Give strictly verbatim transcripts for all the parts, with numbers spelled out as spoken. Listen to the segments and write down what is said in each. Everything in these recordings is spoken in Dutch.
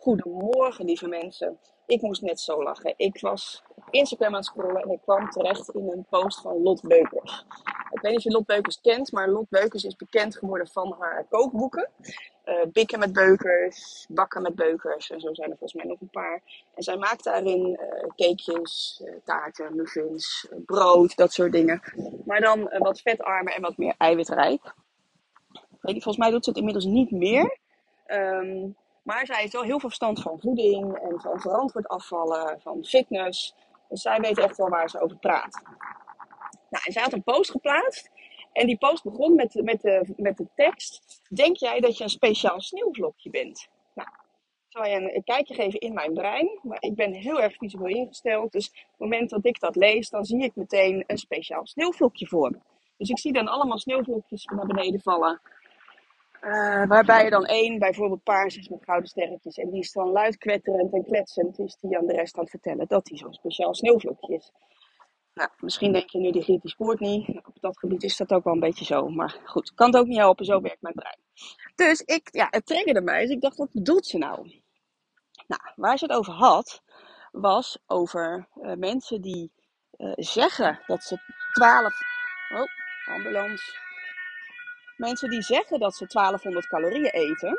Goedemorgen, lieve mensen. Ik moest net zo lachen. Ik was op Instagram aan het scrollen en ik kwam terecht in een post van Lot Beukers. Ik weet niet of je Lot Beukers kent, maar Lot Beukers is bekend geworden van haar kookboeken. Uh, Bikken met Beukers, Bakken met Beukers en zo zijn er volgens mij nog een paar. En zij maakt daarin uh, cakejes, uh, taarten, muffins, uh, brood, dat soort dingen. Maar dan uh, wat vetarmer en wat meer eiwitrijk. Weet je, volgens mij doet ze het inmiddels niet meer. Um, maar zij heeft wel heel veel verstand van voeding en van verantwoord afvallen, van fitness. Dus zij weet echt wel waar ze over praat. Nou, en zij had een post geplaatst. En die post begon met, met, de, met de tekst: denk jij dat je een speciaal sneeuwvlokje bent? Nou, zal je een, een kijkje geven in mijn brein. Maar ik ben heel erg visueel ingesteld. Dus op het moment dat ik dat lees, dan zie ik meteen een speciaal sneeuwvlokje voor me. Dus ik zie dan allemaal sneeuwvlokjes naar beneden vallen. Uh, waarbij er dan één bijvoorbeeld paars is met gouden sterretjes. En die is dan luid kwetterend en kletsend. Is die aan de rest aan het vertellen dat hij zo'n speciaal sneeuwvlokje is. Nou, misschien denk je nu, die Griet die spoort niet. Op dat gebied is dat ook wel een beetje zo. Maar goed, kan het ook niet helpen. Zo werkt mijn brein. Dus ik, ja, het triggerde mij. Dus ik dacht, wat bedoelt ze nou? Nou, waar ze het over had, was over uh, mensen die uh, zeggen dat ze twaalf... Oh, ambulance. Mensen die zeggen dat ze twaalfhonderd calorieën eten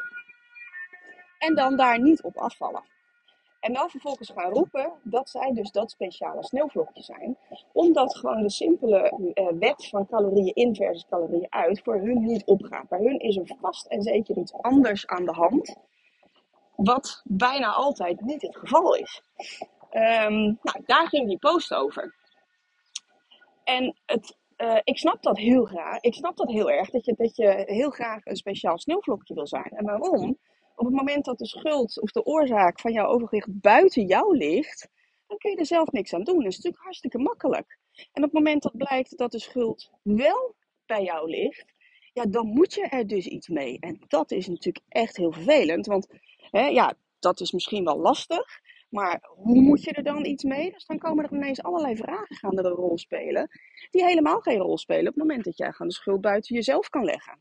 en dan daar niet op afvallen. En dan vervolgens gaan roepen dat zij dus dat speciale sneeuwvlokje zijn. Omdat gewoon de simpele uh, wet van calorieën in versus calorieën uit voor hun niet opgaat. Bij hun is er vast en zeker iets anders aan de hand. Wat bijna altijd niet het geval is. Um, nou, daar ging die post over. En het... Uh, ik snap dat heel graag. Ik snap dat heel erg. Dat je, dat je heel graag een speciaal sneeuwvlokje wil zijn. En waarom? Op het moment dat de schuld of de oorzaak van jouw overgewicht buiten jou ligt, dan kun je er zelf niks aan doen. Dat is natuurlijk hartstikke makkelijk. En op het moment dat blijkt dat de schuld wel bij jou ligt, ja, dan moet je er dus iets mee. En dat is natuurlijk echt heel vervelend. Want hè, ja, dat is misschien wel lastig. Maar hoe moet je er dan iets mee? Dus dan komen er ineens allerlei vragen gaan er een rol spelen. Die helemaal geen rol spelen op het moment dat jij gewoon de schuld buiten jezelf kan leggen.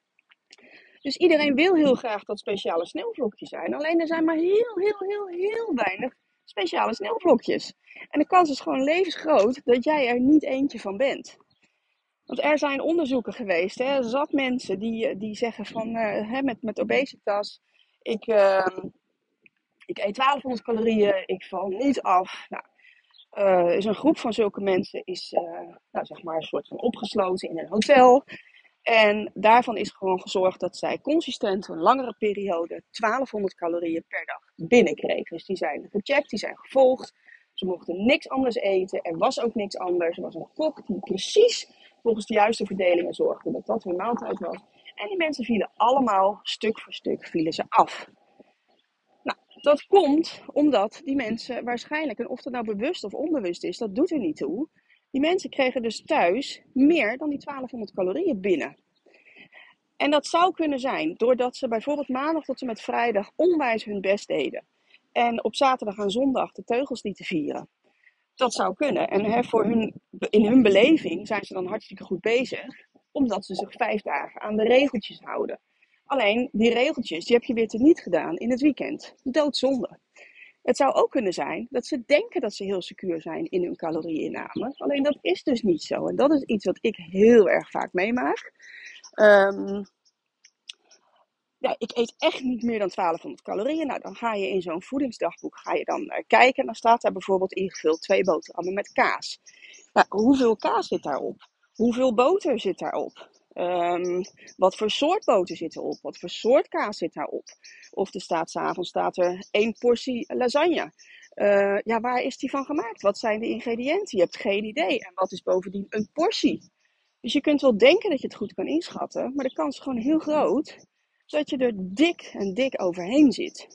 Dus iedereen wil heel graag dat speciale sneeuwvlokjes zijn. Alleen er zijn maar heel, heel, heel, heel weinig speciale sneeuwvlokjes. En de kans is gewoon levensgroot dat jij er niet eentje van bent. Want er zijn onderzoeken geweest, hè, zat mensen die, die zeggen van, uh, hè, met, met obesitas, ik, uh, ik eet twaalfhonderd calorieën, ik val niet af. Nou, uh, is een groep van zulke mensen is, uh, nou, zeg maar een soort van opgesloten in een hotel. En daarvan is gewoon gezorgd dat zij consistent een langere periode twaalfhonderd calorieën per dag binnenkregen. Dus die zijn gecheckt, die zijn gevolgd. Ze mochten niks anders eten. Er was ook niks anders. Er was een kok die precies volgens de juiste verdelingen zorgde dat dat hun maaltijd was. En die mensen vielen allemaal stuk voor stuk vielen ze af. Nou, dat komt omdat die mensen waarschijnlijk, en of dat nou bewust of onbewust is, dat doet er niet toe. Die mensen kregen dus thuis meer dan die twaalfhonderd calorieën binnen. En dat zou kunnen zijn doordat ze bijvoorbeeld maandag tot en met vrijdag onwijs hun best deden. En op zaterdag en zondag de teugels lieten vieren. Dat zou kunnen. En hè, voor hun, in hun beleving zijn ze dan hartstikke goed bezig. Omdat ze zich vijf dagen aan de regeltjes houden. Alleen die regeltjes die heb je weer teniet gedaan in het weekend. Doodzonde. Het zou ook kunnen zijn dat ze denken dat ze heel secuur zijn in hun calorieinname. Alleen dat is dus niet zo. En dat is iets wat ik heel erg vaak meemaak. Um, ja, ik eet echt niet meer dan twaalfhonderd calorieën. Nou, dan ga je in zo'n voedingsdagboek ga je dan uh, kijken. En dan staat daar bijvoorbeeld ingevuld twee boterhammen met kaas. Nou, hoeveel kaas zit daarop? Hoeveel boter zit daarop? Um, wat voor soort boter zit erop? Wat voor soort kaas zit daarop? Of er staat 's avonds staat er één portie lasagne. Uh, ja, waar is die van gemaakt? Wat zijn de ingrediënten? Je hebt geen idee. En wat is bovendien een portie? Dus je kunt wel denken dat je het goed kan inschatten. Maar de kans is gewoon heel groot dat je er dik en dik overheen zit.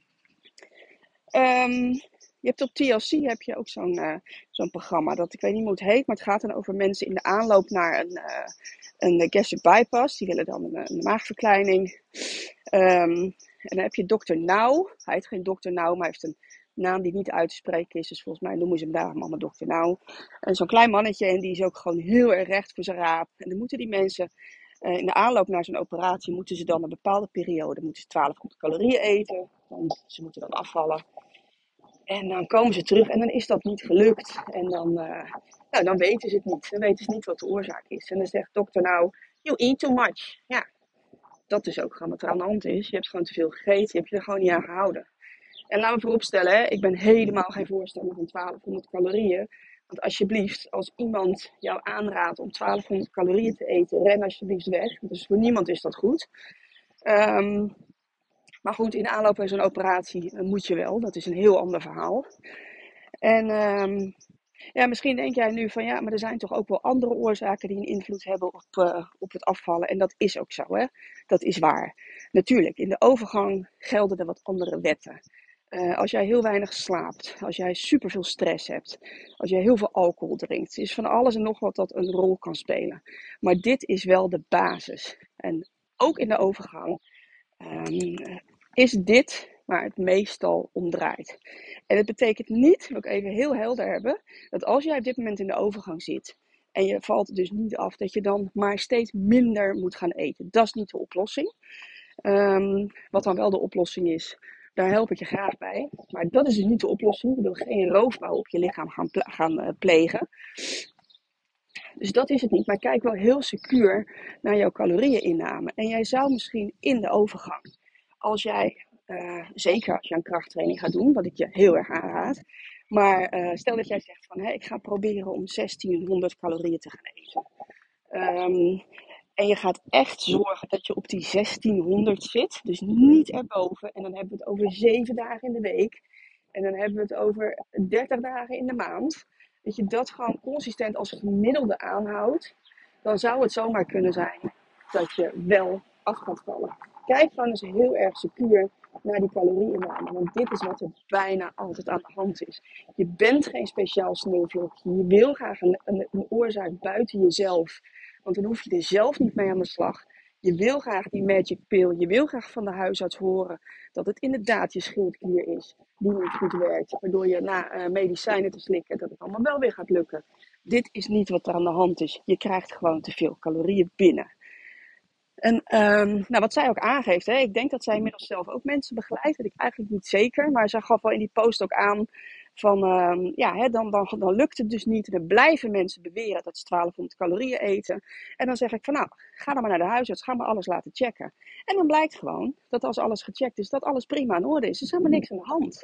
Um, je hebt op T L C heb je ook zo'n, uh, zo'n programma. Dat, ik weet niet hoe het heet, maar het gaat dan over mensen in de aanloop naar een, uh, een gastric bypass. Die willen dan een, een maagverkleining. Um, en dan heb je dokter Now. Hij heet geen dokter Now, maar hij heeft een naam die niet uit te spreken is. Dus volgens mij noemen ze hem daarom allemaal dokter Now. En zo'n klein mannetje en die is ook gewoon heel erg recht voor zijn raap. En dan moeten die mensen Uh, in de aanloop naar zo'n operatie moeten ze dan een bepaalde periode moeten ze twaalfhonderd calorieën eten. Want ze moeten dan afvallen. En dan komen ze terug en dan is dat niet gelukt. En dan, uh, nou, dan weten ze het niet. Dan weten ze niet wat de oorzaak is. En dan zegt de dokter nou, you eat too much. Ja, dat is ook gewoon wat er aan de hand is. Je hebt gewoon te veel gegeten, je hebt je er gewoon niet aan gehouden. En laat me vooropstellen, hè, ik ben helemaal geen voorstander van twaalfhonderd calorieën. Want alsjeblieft, als iemand jou aanraadt om twaalfhonderd calorieën te eten, ren alsjeblieft weg. Dus voor niemand is dat goed. Um, maar goed, in de aanloop bij zo'n operatie uh, moet je wel. Dat is een heel ander verhaal. En um, ja, misschien denk jij nu van ja, maar er zijn toch ook wel andere oorzaken die een invloed hebben op, uh, op het afvallen. En dat is ook zo, hè. Dat is waar. Natuurlijk, in de overgang gelden er wat andere wetten. Uh, als jij heel weinig slaapt, als jij superveel stress hebt, als jij heel veel alcohol drinkt, is van alles en nog wat dat een rol kan spelen. Maar dit is wel de basis. En ook in de overgang um, is dit waar het meestal om draait. En het betekent niet, wil ik even heel helder hebben, dat als jij op dit moment in de overgang zit en je valt dus niet af, dat je dan maar steeds minder moet gaan eten. Dat is niet de oplossing. Um, wat dan wel de oplossing is, daar help ik je graag bij. Maar dat is dus niet de oplossing. Je wil geen roofbouw op je lichaam gaan, ple- gaan uh, plegen. Dus dat is het niet. Maar kijk wel heel secuur naar jouw calorieëninname. En jij zou misschien in de overgang, als jij, uh, zeker als je een krachttraining gaat doen, wat ik je heel erg aanraad. Maar uh, stel dat jij zegt van, hé, ik ga proberen om zestienhonderd calorieën te gaan eten. Um, En je gaat echt zorgen dat je op die zestienhonderd zit. Dus niet erboven. En dan hebben we het over zeven dagen in de week. En dan hebben we het over dertig dagen in de maand. Dat je dat gewoon consistent als gemiddelde aanhoudt. Dan zou het zomaar kunnen zijn dat je wel af gaat vallen. Kijk gewoon eens heel erg secuur naar die calorieinname. Want dit is wat er bijna altijd aan de hand is. Je bent geen speciaal sneeuwvlokje. Je wil graag een, een, een oorzaak buiten jezelf. Want dan hoef je er zelf niet mee aan de slag. Je wil graag die magic pill. Je wil graag van de huisarts horen dat het inderdaad je schildklier is die niet goed werkt. Waardoor je na uh, medicijnen te slikken dat het allemaal wel weer gaat lukken. Dit is niet wat er aan de hand is. Je krijgt gewoon te veel calorieën binnen. En um, nou, wat zij ook aangeeft, hè, ik denk dat zij inmiddels zelf ook mensen begeleidt, weet ik eigenlijk niet zeker. Maar zij gaf wel in die post ook aan van, um, ja, hè, dan, dan, dan lukt het dus niet. En dan blijven mensen beweren dat ze twaalfhonderd calorieën eten. En dan zeg ik van, nou, ga dan maar naar de huisarts, ga maar alles laten checken. En dan blijkt gewoon dat als alles gecheckt is, dat alles prima in orde is. Er is helemaal niks aan de hand.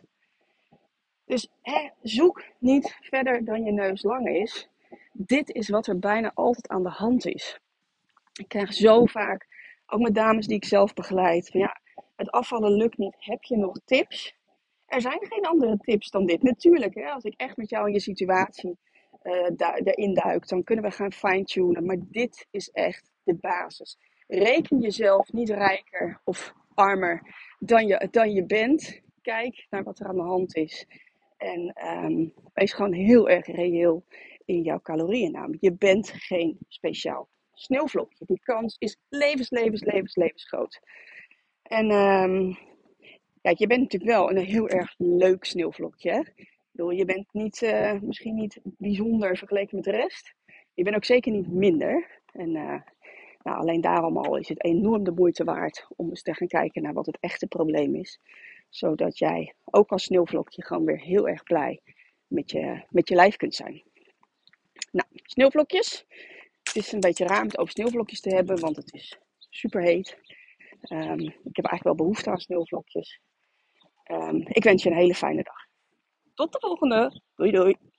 Dus hè, zoek niet verder dan je neus lang is. Dit is wat er bijna altijd aan de hand is. Ik krijg zo vaak, ook met dames die ik zelf begeleid, van ja, het afvallen lukt niet. Heb je nog tips? Er zijn geen andere tips dan dit. Natuurlijk, hè, als ik echt met jou in je situatie uh, du- erin duik, dan kunnen we gaan fine-tunen. Maar dit is echt de basis. Reken jezelf niet rijker of armer dan je, dan je bent. Kijk naar wat er aan de hand is. En um, wees gewoon heel erg reëel in jouw calorieënname. Je bent geen speciaal sneeuwvlokje. Die kans is levens, levens, levens, levensgroot. En um, kijk, je bent natuurlijk wel een heel erg leuk sneeuwvlokje. Hè? Ik bedoel, je bent niet, uh, misschien niet bijzonder vergeleken met de rest. Je bent ook zeker niet minder. En uh, nou, alleen daarom al is het enorm de moeite waard om eens te gaan kijken naar wat het echte probleem is. Zodat jij ook als sneeuwvlokje gewoon weer heel erg blij met je, met je lijf kunt zijn. Nou, sneeuwvlokjes. Het is een beetje raar om het over sneeuwvlokjes te hebben, want het is super heet. Um, ik heb eigenlijk wel behoefte aan sneeuwvlokjes. Um, ik wens je een hele fijne dag. Tot de volgende. Doei doei.